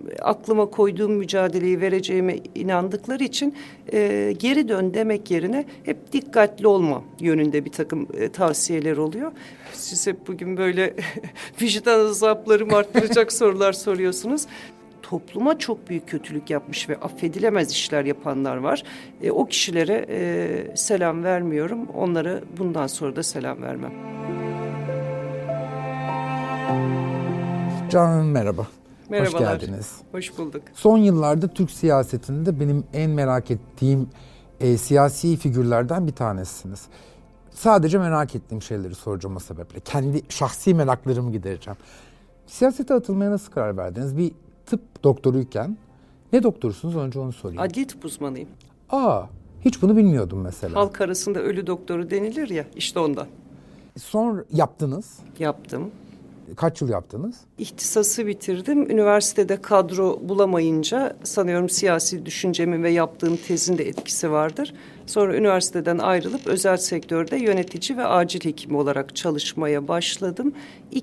aklıma koyduğum mücadeleyi vereceğime inandıkları için geri dön demek yerine hep dikkatli olma yönünde bir takım tavsiyeler oluyor. Siz hep bugün böyle vicdan azaplarımı arttıracak sorular soruyorsunuz. Topluma çok büyük kötülük yapmış ve affedilemez işler yapanlar var. O kişilere selam vermiyorum. Onlara bundan sonra da selam vermem. Canan Hanım merhaba. Merhabalar. Hoş geldiniz. Hoş bulduk. Son yıllarda Türk siyasetinde benim en merak ettiğim siyasi figürlerden bir tanesiniz. Sadece merak ettiğim şeyleri soracağım o sebeple. Kendi şahsi meraklarımı gidereceğim. Siyasete atılmaya nasıl karar verdiniz? Bir tıp doktoruyken, ne doktorsunuz önce onu sorayım. Adli tıp uzmanıyım. Hiç bunu bilmiyordum mesela. Halk arasında ölü doktoru denilir ya, işte ondan. Sonra yaptınız. Yaptım. Kaç yıl yaptınız? İhtisası bitirdim. Üniversitede kadro bulamayınca sanıyorum siyasi düşüncemin ve yaptığım tezin de etkisi vardır. Sonra üniversiteden ayrılıp özel sektörde yönetici ve acil hekim olarak çalışmaya başladım.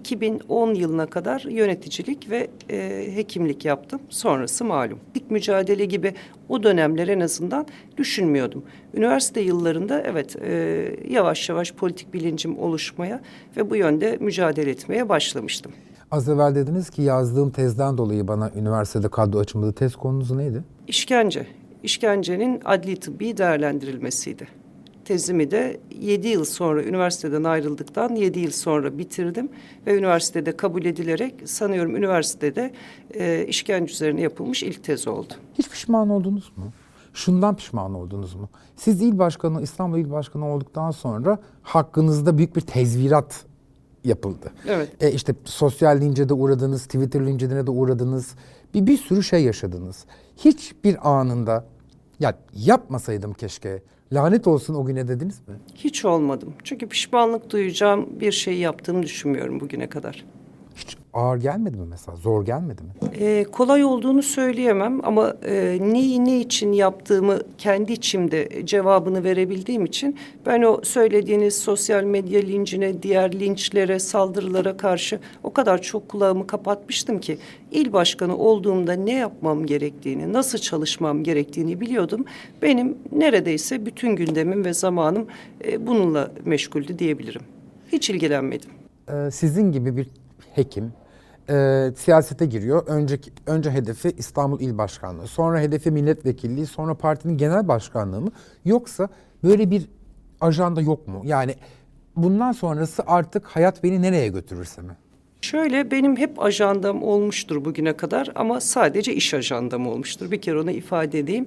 2010 yılına kadar yöneticilik ve hekimlik yaptım. Sonrası malum. İlk mücadele gibi o dönemler en azından düşünmüyordum. Üniversite yıllarında evet yavaş yavaş politik bilincim oluşmaya ve bu yönde mücadele etmeye başlamıştım. Az evvel dediniz ki yazdığım tezden dolayı bana üniversitede kadro açılmadı. Tez konunuz neydi? İşkence. İşkencenin adli tıbbi değerlendirilmesiydi. Tezimi de 7 yıl sonra üniversiteden ayrıldıktan 7 yıl sonra bitirdim ve üniversitede kabul edilerek sanıyorum üniversitede işkence üzerine yapılmış ilk tez oldu. Hiç pişman oldunuz mu? Şundan pişman oldunuz mu? Siz İstanbul İl Başkanı olduktan sonra hakkınızda büyük bir tezvirat yapıldı. Evet. İşte sosyal lince de uğradınız, Twitter lincine de uğradınız. Bir sürü şey yaşadınız. Hiçbir anında ya yapmasaydım keşke, lanet olsun o güne dediniz mi? Hiç olmadım. Çünkü pişmanlık duyacağım bir şey yaptığımı düşünmüyorum bugüne kadar. Hiç ağır gelmedi mi mesela? Zor gelmedi mi? Kolay olduğunu söyleyemem ama neyi ne için yaptığımı kendi içimde cevabını verebildiğim için ben o söylediğiniz sosyal medya lincine, diğer linçlere, saldırılara karşı o kadar çok kulağımı kapatmıştım ki il başkanı olduğumda ne yapmam gerektiğini, nasıl çalışmam gerektiğini biliyordum. Benim neredeyse bütün gündemim ve zamanım bununla meşguldü diyebilirim. Hiç ilgilenmedim. Sizin gibi bir hekim siyasete giriyor. Önce hedefi İstanbul İl Başkanlığı, sonra hedefi milletvekilliği, sonra partinin genel başkanlığı mı? Yoksa böyle bir ajanda yok mu? Yani bundan sonrası artık hayat beni nereye götürürse mi? Şöyle benim hep ajandam olmuştur bugüne kadar ama sadece iş ajandam olmuştur. Bir kere onu ifade edeyim.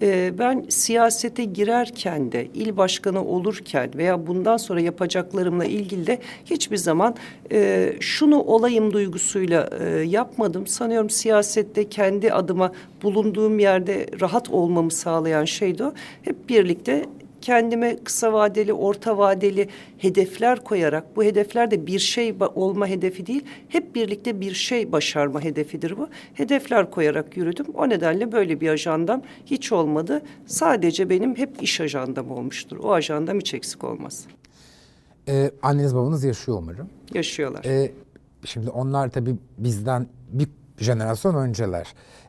Ben siyasete girerken de, il başkanı olurken veya bundan sonra yapacaklarımla ilgili de hiçbir zaman şunu olayım duygusuyla yapmadım. Sanıyorum siyasette kendi adıma bulunduğum yerde rahat olmamı sağlayan şeydi o. Hep birlikte kendime kısa vadeli, orta vadeli hedefler koyarak, bu hedefler de bir şey olma hedefi değil, hep birlikte bir şey başarma hedefidir bu. Hedefler koyarak yürüdüm. O nedenle böyle bir ajandam hiç olmadı. Sadece benim hep iş ajandam olmuştur. O ajandam hiç eksik olmaz. Anneniz babanız yaşıyor umarım. Yaşıyorlar. Şimdi onlar tabii bizden bir jenerasyon önceler.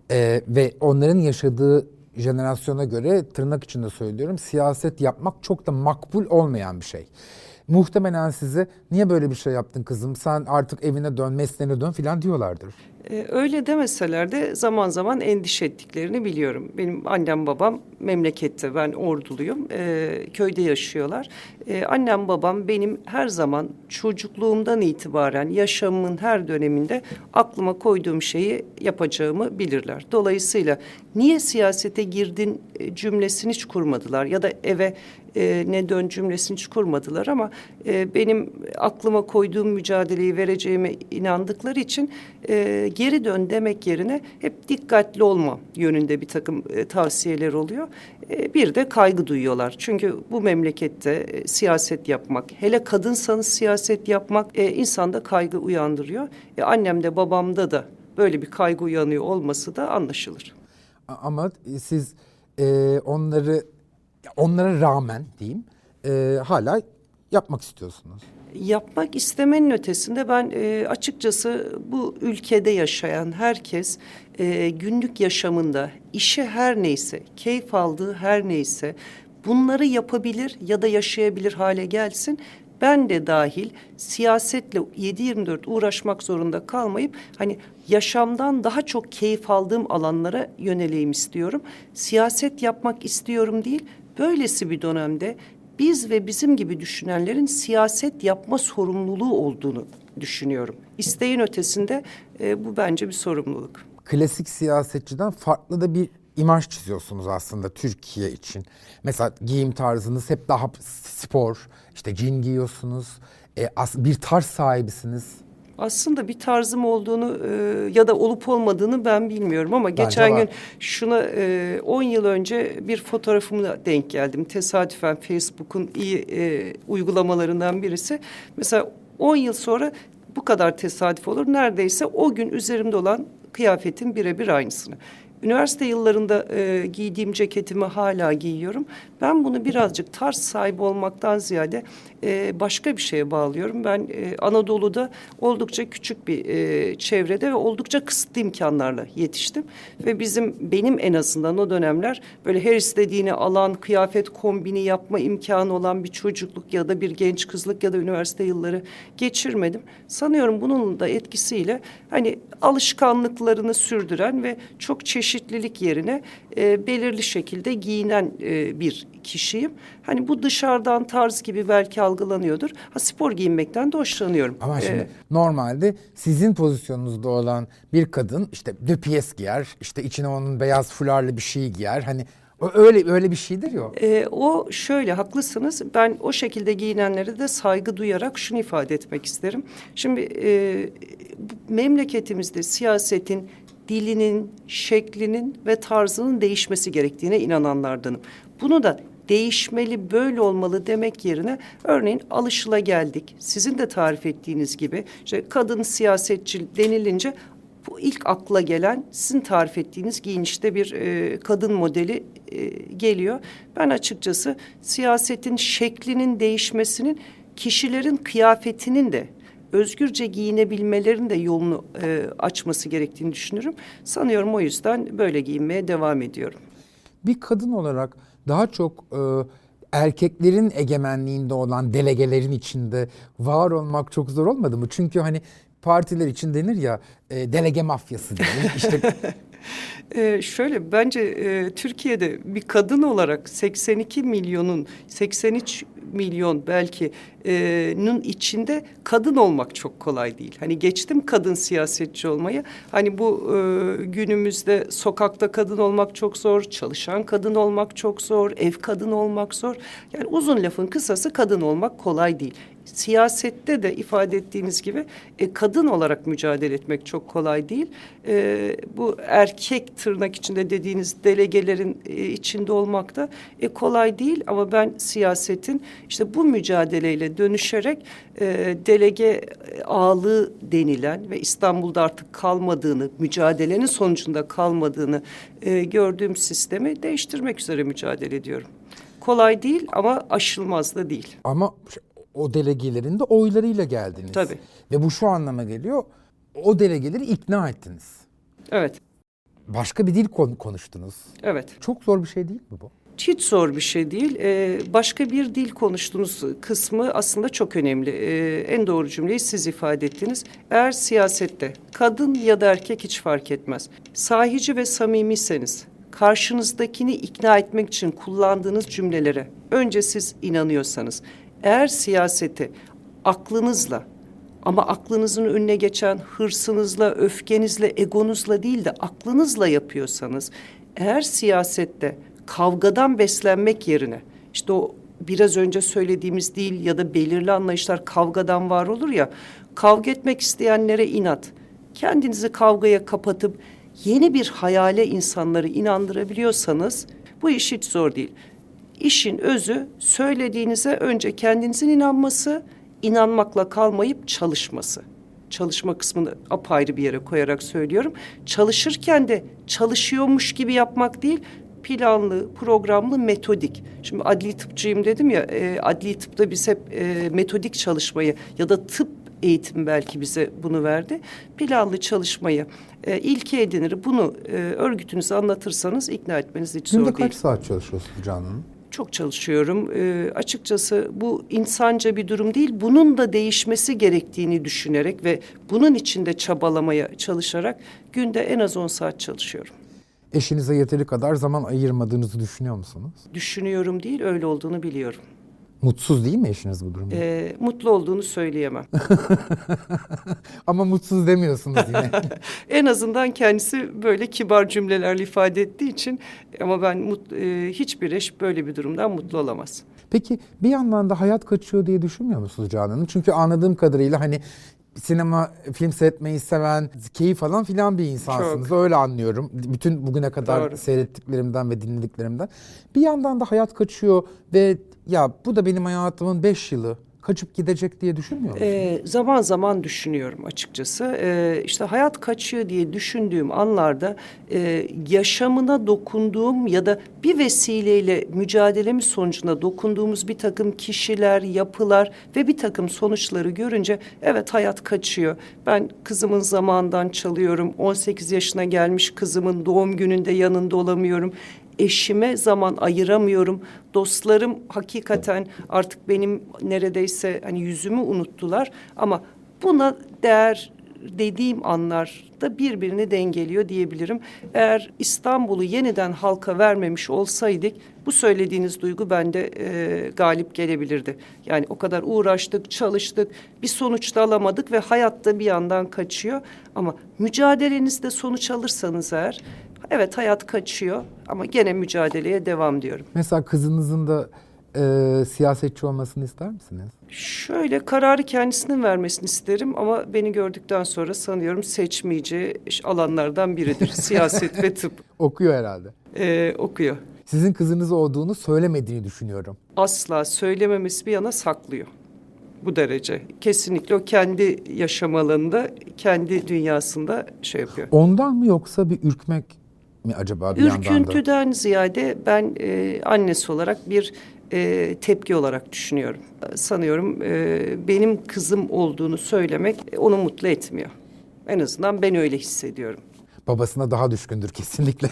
Ve onların yaşadığı jenerasyona göre tırnak içinde söylüyorum siyaset yapmak çok da makbul olmayan bir şey. Muhtemelen size niye böyle bir şey yaptın kızım sen artık evine dön mesleğine dön filan diyorlardır. Öyle demeseler de zaman zaman endişe ettiklerini biliyorum. Benim annem babam memlekette, ben Orduluyum, köyde yaşıyorlar. Annem babam benim her zaman çocukluğumdan itibaren yaşamımın her döneminde aklıma koyduğum şeyi yapacağımı bilirler. Dolayısıyla niye siyasete girdin cümlesini hiç kurmadılar ya da eve ne dön cümlesini hiç kurmadılar ama benim aklıma koyduğum mücadeleyi vereceğime inandıkları için geri dön demek yerine hep dikkatli olma yönünde bir takım tavsiyeler oluyor. Bir de kaygı duyuyorlar. Çünkü bu memlekette siyaset yapmak, hele kadınsanız siyaset yapmak insanda kaygı uyandırıyor. Annemde babamda da böyle bir kaygı uyanıyor olması da anlaşılır. Ama siz onlara rağmen diyeyim hala yapmak istiyorsunuz. Yapmak istemenin ötesinde ben açıkçası bu ülkede yaşayan herkes günlük yaşamında işi her neyse, keyif aldığı her neyse bunları yapabilir ya da yaşayabilir hale gelsin. Ben de dahil siyasetle 7/24 uğraşmak zorunda kalmayıp hani yaşamdan daha çok keyif aldığım alanlara yöneleyim istiyorum. Siyaset yapmak istiyorum değil, böylesi bir dönemde biz ve bizim gibi düşünenlerin siyaset yapma sorumluluğu olduğunu düşünüyorum. İsteğin ötesinde bu bence bir sorumluluk. Klasik siyasetçiden farklı da bir imaj çiziyorsunuz aslında Türkiye için. Mesela giyim tarzınız hep daha spor, işte jean giyiyorsunuz, bir tarz sahibisiniz. Aslında bir tarzım olduğunu ya da olup olmadığını ben bilmiyorum ama Bence geçen var. gün şuna 10 yıl önce bir fotoğrafımla denk geldim. Tesadüfen Facebook'un iyi uygulamalarından birisi. Mesela 10 yıl sonra bu kadar tesadüf olur. Neredeyse o gün üzerimde olan kıyafetin birebir aynısını. Üniversite yıllarında giydiğim ceketimi hala giyiyorum. Ben bunu birazcık tarz sahibi olmaktan ziyade başka bir şeye bağlıyorum. Ben Anadolu'da oldukça küçük bir çevrede ve oldukça kısıtlı imkanlarla yetiştim. Ve benim en azından o dönemler böyle her istediğini alan, kıyafet kombini yapma imkanı olan bir çocukluk ya da bir genç kızlık ya da üniversite yılları geçirmedim. Sanıyorum bunun da etkisiyle hani alışkanlıklarını sürdüren ve çok çeşitlilik yerine belirli şekilde giyinen bir kişiyim. Hani bu dışarıdan tarz gibi belki algılanıyordur. Spor giyinmekten de hoşlanıyorum. Ama şimdi normalde sizin pozisyonunuzda olan bir kadın işte döpiyes giyer, işte içine onun beyaz fularlı bir şey giyer. Hani öyle bir şeydir ya. O şöyle haklısınız. Ben o şekilde giyinenlere de saygı duyarak şunu ifade etmek isterim. Şimdi memleketimizde siyasetin dilinin, şeklinin ve tarzının değişmesi gerektiğine inananlardanım. Bunu da değişmeli, böyle olmalı demek yerine örneğin alışılageldik. Sizin de tarif ettiğiniz gibi işte kadın siyasetçi denilince bu ilk akla gelen sizin tarif ettiğiniz giyinişte bir kadın modeli geliyor. Ben açıkçası siyasetin şeklinin değişmesinin kişilerin kıyafetinin de özgürce giyinebilmelerinin de yolunu açması gerektiğini düşünürüm. Sanıyorum o yüzden böyle giyinmeye devam ediyorum. Bir kadın olarak daha çok erkeklerin egemenliğinde olan delegelerin içinde var olmak çok zor olmadı mı? Çünkü hani partiler için denir ya delege mafyası denir. İşte Şöyle bence Türkiye'de bir kadın olarak 82 milyonun 83 milyon belki nun içinde kadın olmak çok kolay değil. Hani geçtim kadın siyasetçi olmayı. Hani bu günümüzde sokakta kadın olmak çok zor, çalışan kadın olmak çok zor, ev kadın olmak zor. Yani uzun lafın kısası kadın olmak kolay değil. Siyasette de ifade ettiğiniz gibi kadın olarak mücadele etmek çok kolay değil. Bu erkek tırnak içinde dediğiniz delegelerin içinde olmak da kolay değil. Ama ben siyasetin işte bu mücadeleyle dönüşerek delege ağalığı denilen ve İstanbul'da artık kalmadığını, mücadelenin sonucunda kalmadığını gördüğüm sistemi değiştirmek üzere mücadele ediyorum. Kolay değil ama aşılmaz da değil. ama o delegelerin de oylarıyla geldiniz. Tabii. Ve bu şu anlama geliyor. O delegeleri ikna ettiniz. Evet, Başka bir dil konuştunuz. evet. Çok zor bir şey değil mi bu? Hiç zor bir şey değil. Başka bir dil konuştuğunuz kısmı aslında çok önemli. En doğru cümleyi siz ifade ettiniz. Eğer siyasette kadın ya da erkek hiç fark etmez. Sahici ve samimiyseniz, karşınızdakini ikna etmek için kullandığınız cümlelere önce siz inanıyorsanız, eğer siyaseti aklınızla ama aklınızın önüne geçen hırsınızla, öfkenizle, egonuzla değil de aklınızla yapıyorsanız, eğer siyasette kavgadan beslenmek yerine işte o biraz önce söylediğimiz değil ya da belirli anlayışlar kavgadan var olur ya, kavga etmek isteyenlere inat, kendinizi kavgaya kapatıp yeni bir hayale insanları inandırabiliyorsanız bu iş hiç zor değil. İşin özü söylediğinize önce kendinizin inanması, inanmakla kalmayıp çalışması. Çalışma kısmını apayrı bir yere koyarak söylüyorum. Çalışırken de çalışıyormuş gibi yapmak değil, planlı, programlı, metodik. Şimdi adli tıpçıyım dedim ya, adli tıpta biz hep metodik çalışmayı ya da tıp eğitim belki bize bunu verdi. Planlı çalışmayı ilke edinir. Bunu örgütünüze anlatırsanız ikna etmeniz hiç zor Günde değil. kaç saat çalışıyorsunuz Canan Hanım? Çok çalışıyorum. Açıkçası bu insanca bir durum değil. Bunun da değişmesi gerektiğini düşünerek ve bunun için de çabalamaya çalışarak günde en az 10 saat çalışıyorum. Eşinize yeteri kadar zaman ayırmadığınızı düşünüyor musunuz? Düşünüyorum değil, öyle olduğunu biliyorum. Mutsuz değil mi eşiniz bu durumda? Mutlu olduğunu söyleyemem. Ama mutsuz demiyorsunuz yine. En azından kendisi böyle kibar cümlelerle ifade ettiği için, ama ben hiçbir eş böyle bir durumdan mutlu olamaz. Peki bir yandan da hayat kaçıyor diye düşünmüyor musunuz Canan Hanım? Çünkü anladığım kadarıyla hani sinema, film seyretmeyi seven, keyif alan filan bir insansınız. Çok. Öyle anlıyorum. Bütün bugüne kadar Doğru. seyrettiklerimden ve dinlediklerimden. Bir yandan da hayat kaçıyor ve ya bu da benim hayatımın 5 yılı kaçıp gidecek diye düşünmüyor musunuz? Zaman zaman düşünüyorum açıkçası. İşte hayat kaçıyor diye düşündüğüm anlarda yaşamına dokunduğum ya da bir vesileyle mücadelemiz sonucunda dokunduğumuz bir takım kişiler, yapılar ve bir takım sonuçları görünce evet, hayat kaçıyor. Ben kızımın zamanından çalıyorum. 18 yaşına gelmiş kızımın doğum gününde yanında olamıyorum. Eşime zaman ayıramıyorum. Dostlarım hakikaten artık benim neredeyse hani yüzümü unuttular. Ama buna değer dediğim anlarda birbirini dengeliyor diyebilirim. Eğer İstanbul'u yeniden halka vermemiş olsaydık bu söylediğiniz duygu bende galip gelebilirdi. Yani o kadar uğraştık, çalıştık, bir sonuç da alamadık ve hayatta bir yandan kaçıyor. Ama mücadelenizde sonuç alırsanız eğer, evet, hayat kaçıyor ama gene mücadeleye devam diyorum. Mesela kızınızın da siyasetçi olmasını ister misiniz? Şöyle, kararı kendisinin vermesini isterim ama beni gördükten sonra sanıyorum seçmeyeceği alanlardan biridir. Siyaset ve tıp. Okuyor herhalde. Okuyor. Sizin kızınız olduğunu söylemediğini düşünüyorum. Asla söylememesi bir yana saklıyor. Bu derece. Kesinlikle o kendi yaşam alanında, kendi dünyasında şey yapıyor. Ondan mı yoksa bir ürkmek mi acaba bir yandan da? Ürküntüden ziyade ben annesi olarak bir tepki olarak düşünüyorum. Sanıyorum benim kızım olduğunu söylemek onu mutlu etmiyor. En azından ben öyle hissediyorum. Babasına daha düşkündür kesinlikle.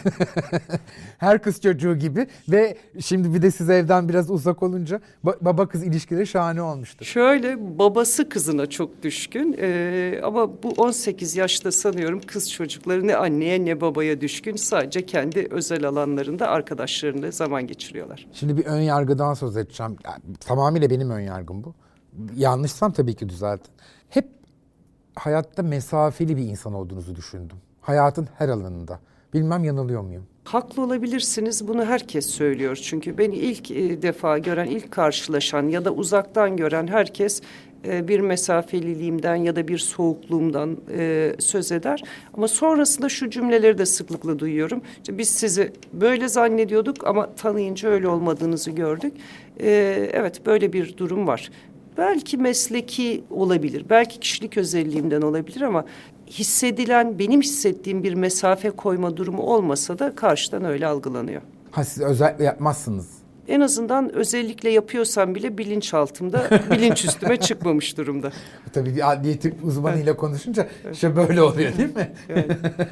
Her kız çocuğu gibi ve şimdi bir de siz evden biraz uzak olunca baba kız ilişkileri şahane olmuştur. Şöyle, babası kızına çok düşkün ama bu 18 yaşta sanıyorum kız çocukları ne anneye ne babaya düşkün. Sadece kendi özel alanlarında arkadaşlarıyla zaman geçiriyorlar. Şimdi bir ön yargıdan söz edeceğim. Yani, tamamıyla benim ön yargım bu. Yanlışsam tabii ki düzeltin. Hep hayatta mesafeli bir insan olduğunuzu düşündüm. Hayatın her alanında. Bilmem yanılıyor muyum? Haklı olabilirsiniz. Bunu herkes söylüyor. Çünkü beni ilk defa gören, ilk karşılaşan ya da uzaktan gören herkes bir mesafeliliğimden ya da bir soğukluğumdan söz eder. Ama sonrasında şu cümleleri de sıklıkla duyuyorum. İşte biz sizi böyle zannediyorduk ama tanıyınca öyle olmadığınızı gördük. Evet, böyle bir durum var. Belki mesleki olabilir, belki kişilik özelliğimden olabilir ama hissedilen, benim hissettiğim bir mesafe koyma durumu olmasa da karşıdan öyle algılanıyor. Ha, siz özellikle yapmazsınız. En azından özellikle yapıyorsam bile bilinçaltımda, bilinç üstüme çıkmamış durumda. Tabii bir adliye tıp uzmanıyla konuşunca işte böyle oluyor değil mi? Yani.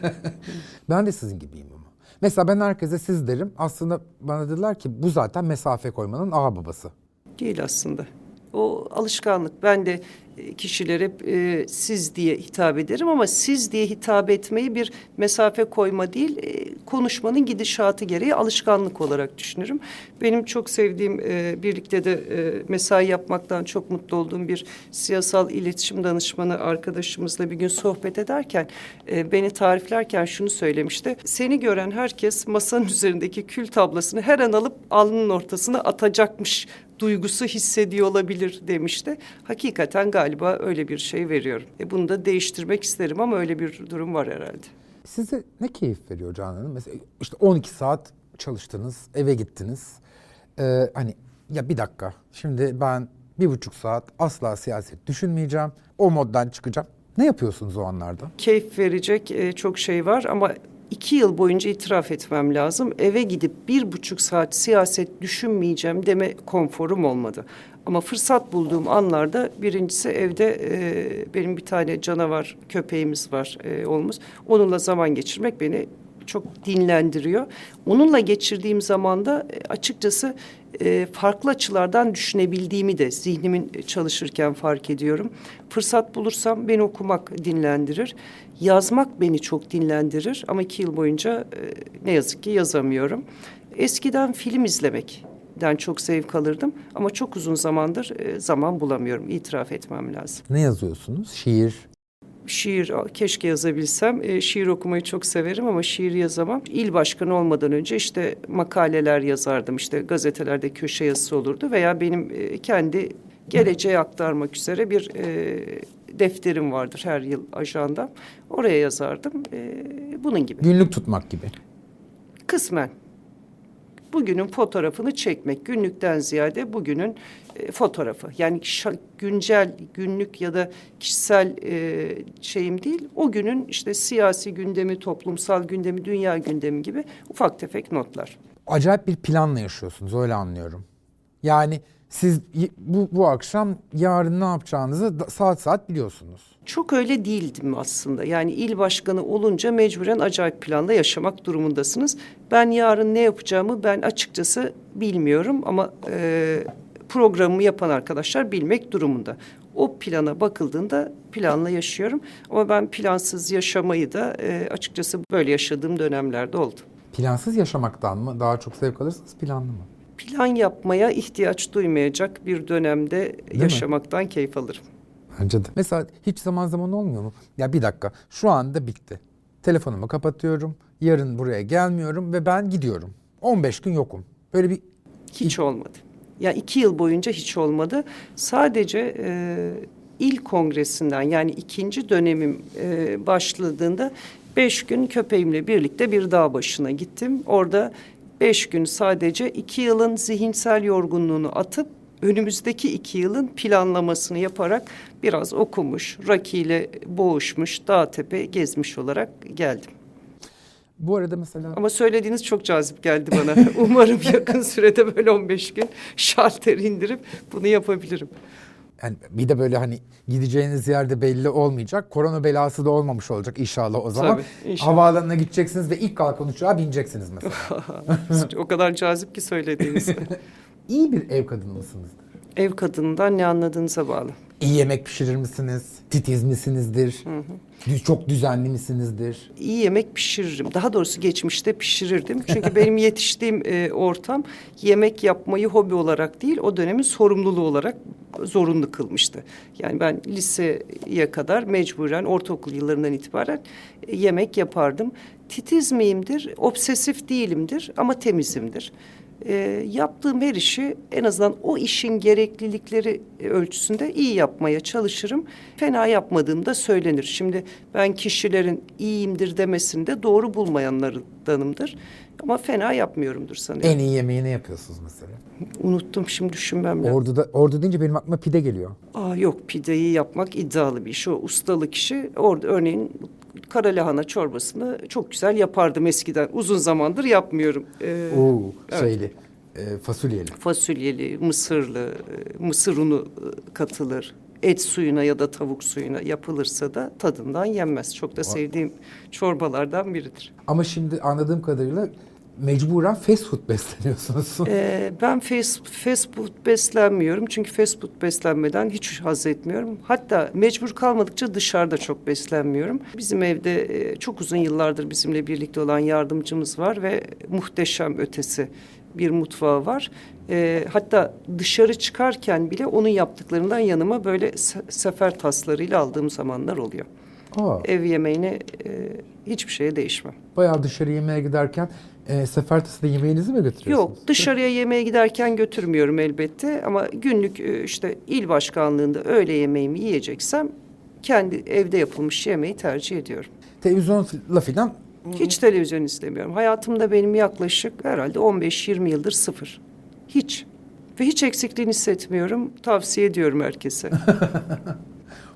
Ben de sizin gibiyim ama. Mesela ben herkese siz derim. Aslında bana dediler ki bu zaten mesafe koymanın ağababası. Değil aslında. O alışkanlık. Ben de kişilere hep siz diye hitap ederim ama siz diye hitap etmeyi bir mesafe koyma değil, konuşmanın gidişatı gereği alışkanlık olarak düşünürüm. Benim çok sevdiğim, birlikte de mesai yapmaktan çok mutlu olduğum bir siyasal iletişim danışmanı arkadaşımızla bir gün sohbet ederken beni tariflerken şunu söylemişti. Seni gören herkes masanın üzerindeki kül tablasını her an alıp alnının ortasına atacakmış duygusu hissediyor olabilir demişti. Hakikaten galiba öyle bir şey veriyorum. Bunu da değiştirmek isterim ama öyle bir durum var herhalde. Size ne keyif veriyor Canan Hanım? Mesela işte 12 saat çalıştınız, eve gittiniz. Hani ya bir dakika, şimdi ben 1,5 saat asla siyaset düşünmeyeceğim. O moddan çıkacağım. Ne yapıyorsunuz o anlarda? Keyif verecek çok şey var ama 2 yıl boyunca itiraf etmem lazım. Eve gidip 1,5 saat siyaset düşünmeyeceğim deme konforum olmadı. Ama fırsat bulduğum anlarda birincisi evde benim bir tane canavar köpeğimiz var oğlumuz. Onunla zaman geçirmek beni çok dinlendiriyor. Onunla geçirdiğim zamanda açıkçası farklı açılardan düşünebildiğimi de zihnimin çalışırken fark ediyorum. Fırsat bulursam beni okumak dinlendirir. Yazmak beni çok dinlendirir ama 2 yıl boyunca ne yazık ki yazamıyorum. Eskiden film izlemekten çok zevk alırdım ama çok uzun zamandır zaman bulamıyorum. İtiraf etmem lazım. Ne yazıyorsunuz? Şiir? Şiir keşke yazabilsem. Şiir okumayı çok severim ama şiir yazamam. İl başkanı olmadan önce işte makaleler yazardım. İşte gazetelerde köşe yazısı olurdu veya benim kendi geleceğe aktarmak üzere bir defterim vardır her yıl ajandam. Oraya yazardım. Bunun gibi. Günlük tutmak gibi. Kısmen. Bugünün fotoğrafını çekmek, günlükten ziyade bugünün fotoğrafı. Yani güncel, günlük ya da kişisel şeyim değil. O günün işte siyasi gündemi, toplumsal gündemi, dünya gündemi gibi ufak tefek notlar. Acayip bir planla yaşıyorsunuz, öyle anlıyorum. Yani siz bu akşam yarın ne yapacağınızı saat saat biliyorsunuz. Çok öyle değildim aslında. Yani il başkanı olunca mecburen acayip planla yaşamak durumundasınız. Ben yarın ne yapacağımı ben açıkçası bilmiyorum ama programımı yapan arkadaşlar bilmek durumunda. O plana bakıldığında planla yaşıyorum. Ama ben plansız yaşamayı da açıkçası böyle yaşadığım dönemlerde oldu. Plansız yaşamaktan mı daha çok zevk alırsınız, planlı mı? Plan yapmaya ihtiyaç duymayacak bir dönemde yaşamaktan keyif alırım. Bence de. Mesela hiç zaman olmuyor mu? Ya bir dakika, şu anda bitti. Telefonumu kapatıyorum, yarın buraya gelmiyorum ve ben gidiyorum. 15 gün yokum. Böyle bir... Hiç olmadı. Ya 2 yıl boyunca hiç olmadı. Sadece il kongresinden yani 2. dönemim başladığında 5 gün köpeğimle birlikte bir dağ başına gittim. Orada 5 gün sadece 2 yılın zihinsel yorgunluğunu atıp önümüzdeki 2 yılın planlamasını yaparak biraz okumuş, Rocky ile boğuşmuş, dağ tepe gezmiş olarak geldim. Bu arada mesela... Ama söylediğiniz çok cazip geldi bana. Umarım yakın sürede böyle 15 gün şalteri indirip bunu yapabilirim. Yani bir de böyle hani gideceğiniz yerde belli olmayacak. Korona belası da olmamış olacak inşallah o zaman. Tabii, inşallah. Havaalanına gideceksiniz ve ilk kalkan uçağa bineceksiniz mesela. O kadar cazip ki söylediğiniz. İyi bir ev kadını mısınızdır? Ev kadınından ne anladığınıza bağlı. İyi yemek pişirir misiniz? Titiz misinizdir? Çok düzenli misinizdir? İyi yemek pişiririm. Daha doğrusu geçmişte pişirirdim. Çünkü benim yetiştiğim ortam yemek yapmayı hobi olarak değil, o dönemin sorumluluğu olarak zorunlu kılmıştı. Yani ben liseye kadar mecburen ortaokul yıllarından itibaren yemek yapardım. Titiz miyimdir? Obsesif değilimdir ama temizimdir. Yaptığım her işi en azından o işin gereklilikleri ölçüsünde iyi yapmaya çalışırım. Fena yapmadığımda söylenir. Şimdi ben kişilerin iyiyimdir demesini de doğru bulmayanlardanımdır. Ama fena yapmıyorumdur sanıyorum. En iyi yemeği ne yapıyorsunuz mesela? Unuttum, şimdi düşünmem lazım. Ordu deyince benim aklıma pide geliyor. Yok, pideyi yapmak iddialı bir iş. O ustalık işi. Orada örneğin kara lahana çorbasını çok güzel yapardım eskiden. Uzun zamandır yapmıyorum. Evet. Fasulyeli. Fasulyeli, mısırlı, mısır unu katılır. Et suyuna ya da tavuk suyuna yapılırsa da tadından yenmez. Çok da sevdiğim çorbalardan biridir. Ama şimdi anladığım kadarıyla mecburen fast food besleniyorsunuz. Ben fast food beslenmiyorum. Çünkü fast food beslenmeden hiç haz etmiyorum. Hatta mecbur kalmadıkça dışarıda çok beslenmiyorum. Bizim evde çok uzun yıllardır bizimle birlikte olan yardımcımız var ve muhteşem ötesi bir mutfağı var. Hatta dışarı çıkarken bile onun yaptıklarından yanıma böyle sefer taslarıyla aldığım zamanlar oluyor. Ev yemeğine hiçbir şeye değişmem. Bayağı dışarı yemeğe giderken sefer tasında yemeğinizi mi götürüyorsunuz? Yok, dışarıya yemeğe giderken götürmüyorum elbette ama günlük işte il başkanlığında öğle yemeğimi yiyeceksem kendi evde yapılmış yemeği tercih ediyorum. Televizyonla filan? Hiç televizyon izlemiyorum. Hayatımda benim yaklaşık herhalde 15-20 yıldır sıfır. Hiç. Ve hiç eksikliğini hissetmiyorum. Tavsiye ediyorum herkese.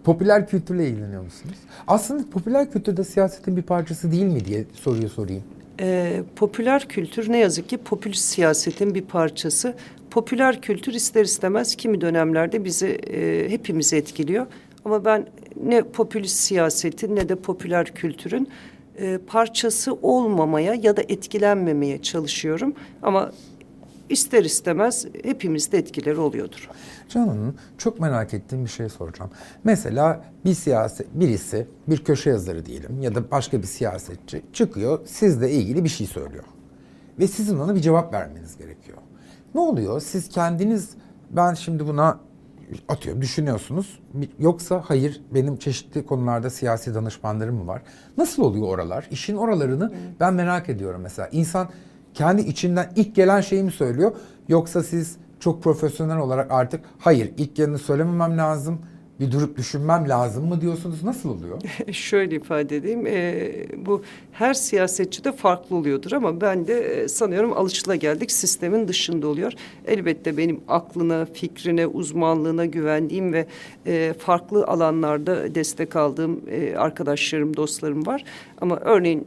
Popüler kültürle ilgileniyor musunuz? Aslında popüler kültür de siyasetin bir parçası değil mi diye soruyu sorayım. Popüler kültür ne yazık ki popülist siyasetin bir parçası. Popüler kültür ister istemez kimi dönemlerde bizi hepimizi etkiliyor. Ama ben ne popülist siyasetin ne de popüler kültürün parçası olmamaya ya da etkilenmemeye çalışıyorum. Ama ister istemez hepimizde etkileri oluyordur. Canan, çok merak ettiğim bir şey soracağım. Mesela birisi, bir köşe yazarı diyelim ya da başka bir siyasetçi çıkıyor, sizle ilgili bir şey söylüyor. Ve sizin ona bir cevap vermeniz gerekiyor. Ne oluyor? Siz kendiniz, ben şimdi buna atıyorum, düşünüyorsunuz. Yoksa hayır, benim çeşitli konularda siyasi danışmanlarım mı var? Nasıl oluyor oralar? İşin oralarını ben merak ediyorum mesela. İnsan kendi içinden ilk gelen şeyi mi söylüyor? Yoksa siz çok profesyonel olarak artık hayır, ilk geleni söylememem lazım, bir durup düşünmem lazım mı diyorsunuz? Nasıl oluyor? Şöyle ifade edeyim, bu her siyasetçide farklı oluyordur ama ben de sanıyorum alışılageldik sistemin dışında oluyor. Elbette benim aklına, fikrine, uzmanlığına güvendiğim ve farklı alanlarda destek aldığım arkadaşlarım, dostlarım var. Ama örneğin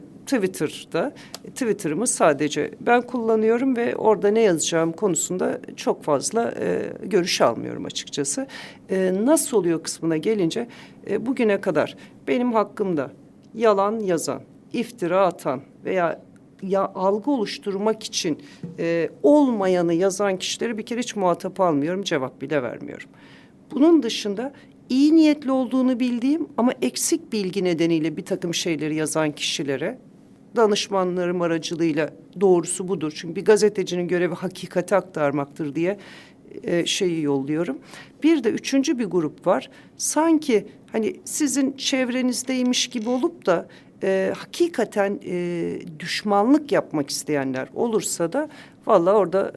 Twitter'ımı sadece ben kullanıyorum ve orada ne yazacağım konusunda çok fazla görüş almıyorum açıkçası. Nasıl oluyor kısmına gelince bugüne kadar benim hakkımda yalan yazan, iftira atan veya algı oluşturmak için olmayanı yazan kişileri bir kere hiç muhatap almıyorum, cevap bile vermiyorum. Bunun dışında iyi niyetli olduğunu bildiğim ama eksik bilgi nedeniyle bir takım şeyleri yazan kişilere danışmanlarım aracılığıyla doğrusu budur. Çünkü bir gazetecinin görevi hakikati aktarmaktır diye şeyi yolluyorum. Bir de üçüncü bir grup var. Sanki hani sizin çevrenizdeymiş gibi olup da hakikaten düşmanlık yapmak isteyenler olursa da vallahi orada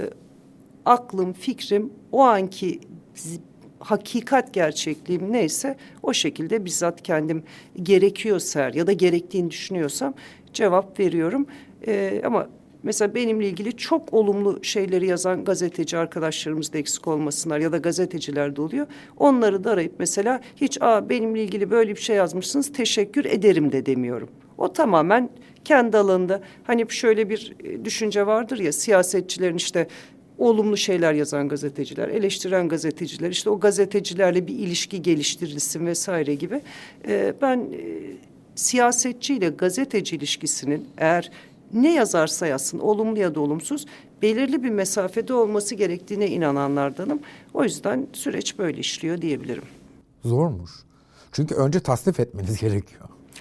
aklım, fikrim o anki hakikat gerçekliğim neyse o şekilde bizzat kendim gerekiyorsa ya da gerektiğini düşünüyorsam cevap veriyorum. Ama mesela benimle ilgili çok olumlu şeyleri yazan gazeteci arkadaşlarımız da eksik olmasınlar ya da gazeteciler de oluyor. Onları da arayıp mesela hiç benimle ilgili böyle bir şey yazmışsınız teşekkür ederim de demiyorum. O tamamen kendi alanında hani şöyle bir düşünce vardır ya siyasetçilerin işte olumlu şeyler yazan gazeteciler, eleştiren gazeteciler, işte o gazetecilerle bir ilişki geliştirilsin vesaire gibi. Ben siyasetçiyle gazeteci ilişkisinin eğer ne yazarsa yazsın, olumlu ya da olumsuz, belirli bir mesafede olması gerektiğine inananlardanım. O yüzden süreç böyle işliyor diyebilirim. Zormuş. Çünkü önce tasnif etmeniz gerekiyor.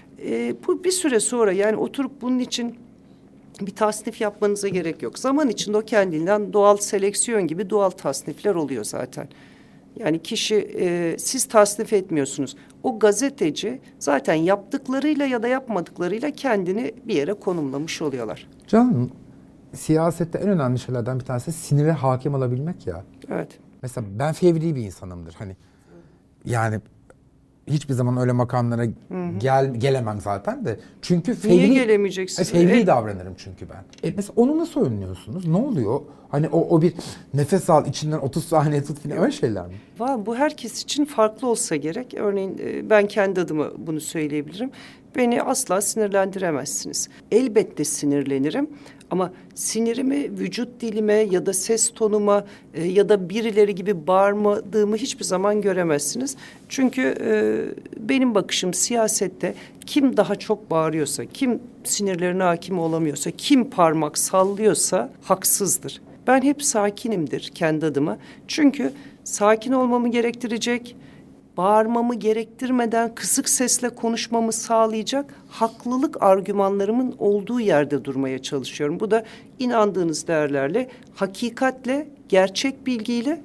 Bu bir süre sonra yani oturup bunun için bir tasnif yapmanıza gerek yok. Zaman içinde o kendinden doğal seleksiyon gibi doğal tasnifler oluyor zaten. Yani siz tasnif etmiyorsunuz. O gazeteci zaten yaptıklarıyla ya da yapmadıklarıyla kendini bir yere konumlamış oluyorlar. Canım, siyasette en önemli şeylerden bir tanesi sinire hakim olabilmek ya. Evet. Mesela ben fevri bir insanımdır. Hani yani hiçbir zaman öyle makamlara gelemem zaten de. Çünkü niye gelemeyeceksiniz? Fevri davranırım çünkü ben. Mesela onu nasıl önlüyorsunuz? Ne oluyor? Hani o bir nefes al içinden 30 saniye tut falan öyle şeyler mi? Bu herkes için farklı olsa gerek. Örneğin ben kendi adıma bunu söyleyebilirim. Beni asla sinirlendiremezsiniz. Elbette sinirlenirim. Ama sinirimi vücut dilime ya da ses tonuma ya da birileri gibi bağırmadığımı hiçbir zaman göremezsiniz. Çünkü benim bakışım siyasette kim daha çok bağırıyorsa, kim sinirlerine hakim olamıyorsa, kim parmak sallıyorsa haksızdır. Ben hep sakinimdir kendi adıma. Çünkü sakin olmamı gerektirecek, bağırmamı gerektirmeden kısık sesle konuşmamı sağlayacak haklılık argümanlarımın olduğu yerde durmaya çalışıyorum. Bu da inandığınız değerlerle, hakikatle, gerçek bilgiyle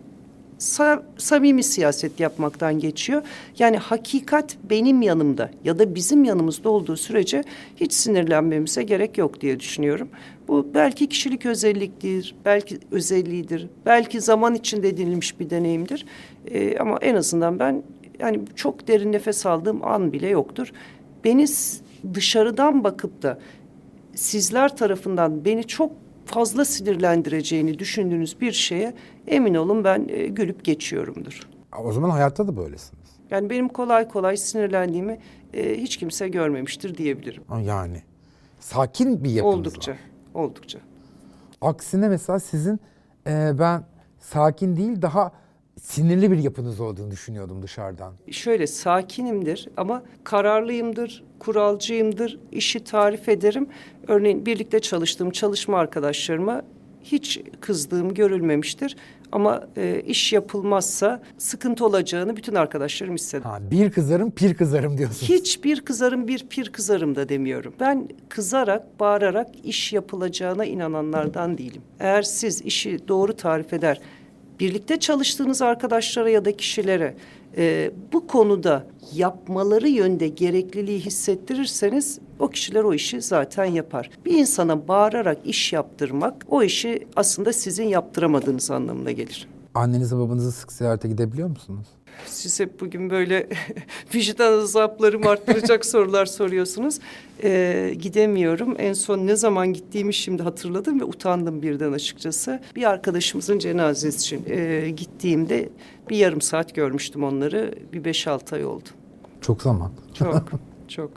samimi siyaset yapmaktan geçiyor. Yani hakikat benim yanımda ya da bizim yanımızda olduğu sürece hiç sinirlenmemize gerek yok diye düşünüyorum. Bu belki kişilik özelliktir, belki özelliğidir, belki zaman içinde edinilmiş bir deneyimdir. Ama en azından ben yani çok derin nefes aldığım an bile yoktur. Beni dışarıdan bakıp da sizler tarafından beni çok fazla sinirlendireceğini düşündüğünüz bir şeye emin olun ben gülüp geçiyorumdur. O zaman hayatta da böylesiniz. Yani benim kolay kolay sinirlendiğimi hiç kimse görmemiştir diyebilirim. Yani sakin bir yapınız Oldukça, var. oldukça. Aksine mesela sizin ben sakin değil daha sinirli bir yapınız olduğunu düşünüyordum dışarıdan. Şöyle sakinimdir ama kararlıyımdır, kuralcıyımdır, işi tarif ederim. Örneğin birlikte çalıştığım çalışma arkadaşlarıma hiç kızdığım görülmemiştir. Ama iş yapılmazsa sıkıntı olacağını bütün arkadaşlarım hisseder. Bir kızarım, pir kızarım diyorsunuz. Hiçbir kızarım, bir pir kızarım da demiyorum. Ben kızarak, bağırarak iş yapılacağına inananlardan değilim. Eğer siz işi doğru tarif eder, birlikte çalıştığınız arkadaşlara ya da kişilere bu konuda yapmaları yönde gerekliliği hissettirirseniz o kişiler o işi zaten yapar. Bir insana bağırarak iş yaptırmak o işi aslında sizin yaptıramadığınız anlamına gelir. Annenizi babanızı sık ziyarete gidebiliyor musunuz? Siz hep bugün böyle vicdan azaplarımı arttıracak sorular soruyorsunuz. Gidemiyorum. En son ne zaman gittiğimi şimdi hatırladım ve utandım birden açıkçası. Bir arkadaşımızın cenazesi için gittiğimde bir yarım saat görmüştüm onları. Bir 5-6 ay oldu. Çok zaman. Çok, çok.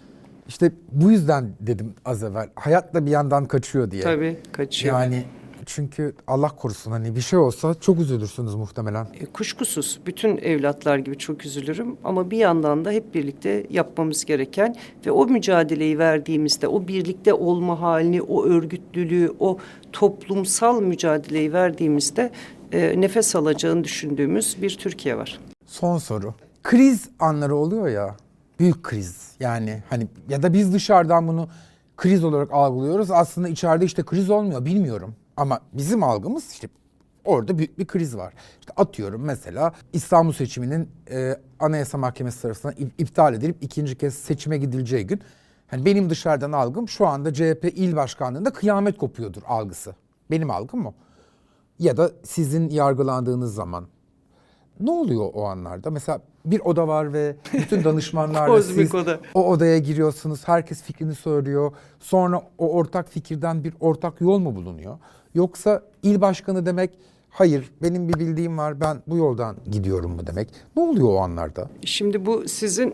İşte bu yüzden dedim az evvel. Hayat da bir yandan kaçıyor diye. Tabii kaçıyor. Yani çünkü Allah korusun hani bir şey olsa çok üzülürsünüz muhtemelen. Kuşkusuz bütün evlatlar gibi çok üzülürüm ama bir yandan da hep birlikte yapmamız gereken ve o mücadeleyi verdiğimizde o birlikte olma halini, o örgütlülüğü, o toplumsal mücadeleyi verdiğimizde nefes alacağını düşündüğümüz bir Türkiye var. Son soru. Kriz anları oluyor ya. Büyük kriz. Yani hani ya da biz dışarıdan bunu kriz olarak algılıyoruz. Aslında içeride işte kriz olmuyor bilmiyorum. Ama bizim algımız işte orada büyük bir kriz var. İşte atıyorum mesela İstanbul seçiminin Anayasa Mahkemesi tarafından iptal edilip ikinci kez seçime gidileceği gün. Hani benim dışarıdan algım şu anda CHP il başkanlığında kıyamet kopuyordur algısı. Benim algım o. Ya da sizin yargılandığınız zaman. Ne oluyor o anlarda? Mesela bir oda var ve bütün danışmanlarla siz o odaya giriyorsunuz. Herkes fikrini söylüyor. Sonra o ortak fikirden bir ortak yol mu bulunuyor? Yoksa il başkanı demek, hayır benim bir bildiğim var ben bu yoldan gidiyorum mu demek? Ne oluyor o anlarda? Şimdi bu sizin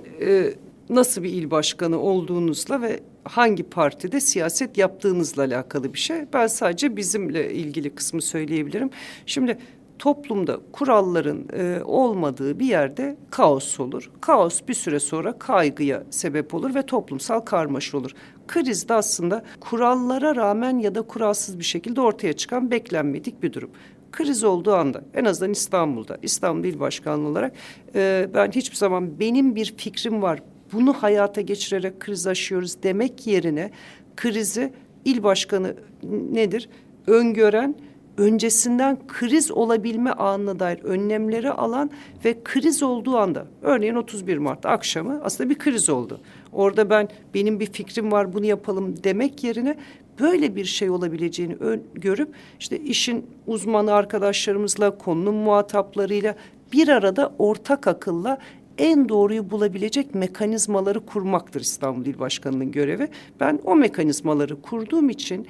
nasıl bir il başkanı olduğunuzla ve hangi partide siyaset yaptığınızla alakalı bir şey. Ben sadece bizimle ilgili kısmı söyleyebilirim. Şimdi toplumda kuralların olmadığı bir yerde kaos olur. Kaos bir süre sonra kaygıya sebep olur ve toplumsal karmaşa olur. Kriz de aslında kurallara rağmen ya da kuralsız bir şekilde ortaya çıkan beklenmedik bir durum. Kriz olduğu anda en azından İstanbul'da, İstanbul İl Başkanlığı olarak ben hiçbir zaman benim bir fikrim var, bunu hayata geçirerek kriz aşıyoruz demek yerine krizi il başkanı nedir? Öngören, öncesinden kriz olabilme anına dair önlemleri alan ve kriz olduğu anda, örneğin 31 Mart akşamı aslında bir kriz oldu. Orada benim bir fikrim var bunu yapalım demek yerine böyle bir şey olabileceğini görüp işte işin uzmanı arkadaşlarımızla, konunun muhataplarıyla bir arada ortak akılla en doğruyu bulabilecek mekanizmaları kurmaktır İstanbul İl Başkanı'nın görevi. Ben o mekanizmaları kurduğum için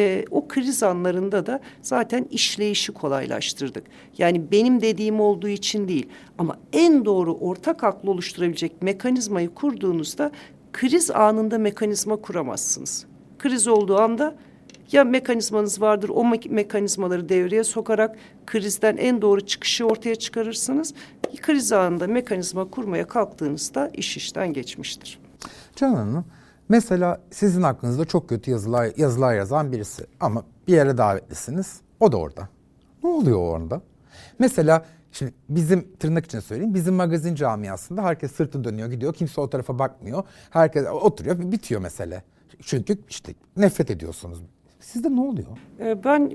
o kriz anlarında da zaten işleyişi kolaylaştırdık. Yani benim dediğim olduğu için değil ama en doğru ortak aklı oluşturabilecek mekanizmayı kurduğunuzda kriz anında mekanizma kuramazsınız. Kriz olduğu anda ya mekanizmanız vardır, o mekanizmaları devreye sokarak krizden en doğru çıkışı ortaya çıkarırsınız. Kriz anında mekanizma kurmaya kalktığınızda iş işten geçmiştir. Canan Hanım, mesela sizin hakkınızda çok kötü yazılar yazan birisi ama bir yere davetlisiniz, o da orada. Ne oluyor orada? Mesela şimdi bizim tırnak için söyleyeyim, bizim magazin camiasında herkes sırtını dönüyor gidiyor, kimse o tarafa bakmıyor. Herkes oturuyor, bitiyor mesele. Çünkü işte nefret ediyorsunuz. Sizde ne oluyor? Ben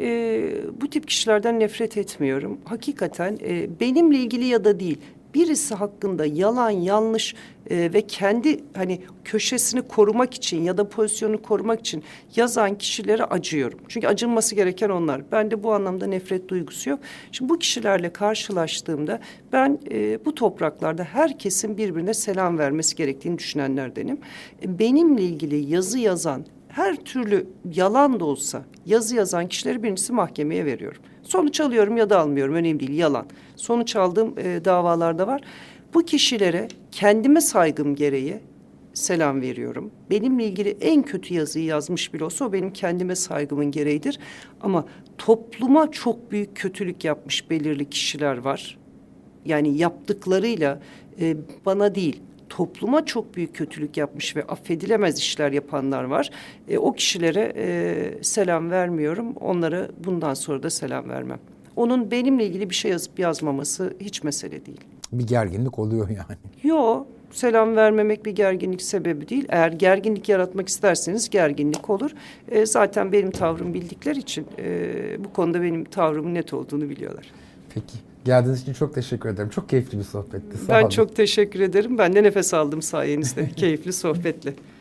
bu tip kişilerden nefret etmiyorum. Hakikaten benimle ilgili ya da değil. Birisi hakkında yalan, yanlış ve kendi hani köşesini korumak için ya da pozisyonunu korumak için yazan kişilere acıyorum. Çünkü acınması gereken onlar. Bende bu anlamda nefret duygusu yok. Şimdi bu kişilerle karşılaştığımda ben bu topraklarda herkesin birbirine selam vermesi gerektiğini düşünenlerdenim. Benimle ilgili yazı yazan, her türlü yalan da olsa yazı yazan kişileri birincisi mahkemeye veriyorum. Sonuç alıyorum ya da almıyorum, önemli değil, yalan. Sonuç aldığım davalarda var. Bu kişilere kendime saygım gereği selam veriyorum. Benimle ilgili en kötü yazıyı yazmış bile olsa o benim kendime saygımın gereğidir. Ama topluma çok büyük kötülük yapmış belirli kişiler var. Yani yaptıklarıyla bana değil, topluma çok büyük kötülük yapmış ve affedilemez işler yapanlar var. O kişilere selam vermiyorum. Onlara bundan sonra da selam vermem. Onun benimle ilgili bir şey yazıp yazmaması hiç mesele değil. Bir gerginlik oluyor yani. Yo, selam vermemek bir gerginlik sebebi değil. Eğer gerginlik yaratmak isterseniz gerginlik olur. Zaten benim tavrımı bildikleri için bu konuda benim tavrımın net olduğunu biliyorlar. Peki. Geldiğiniz için çok teşekkür ederim. Çok keyifli bir sohbetti. Sağ Ben olun. çok teşekkür ederim. Ben de nefes aldım sayenizde. Keyifli sohbetle.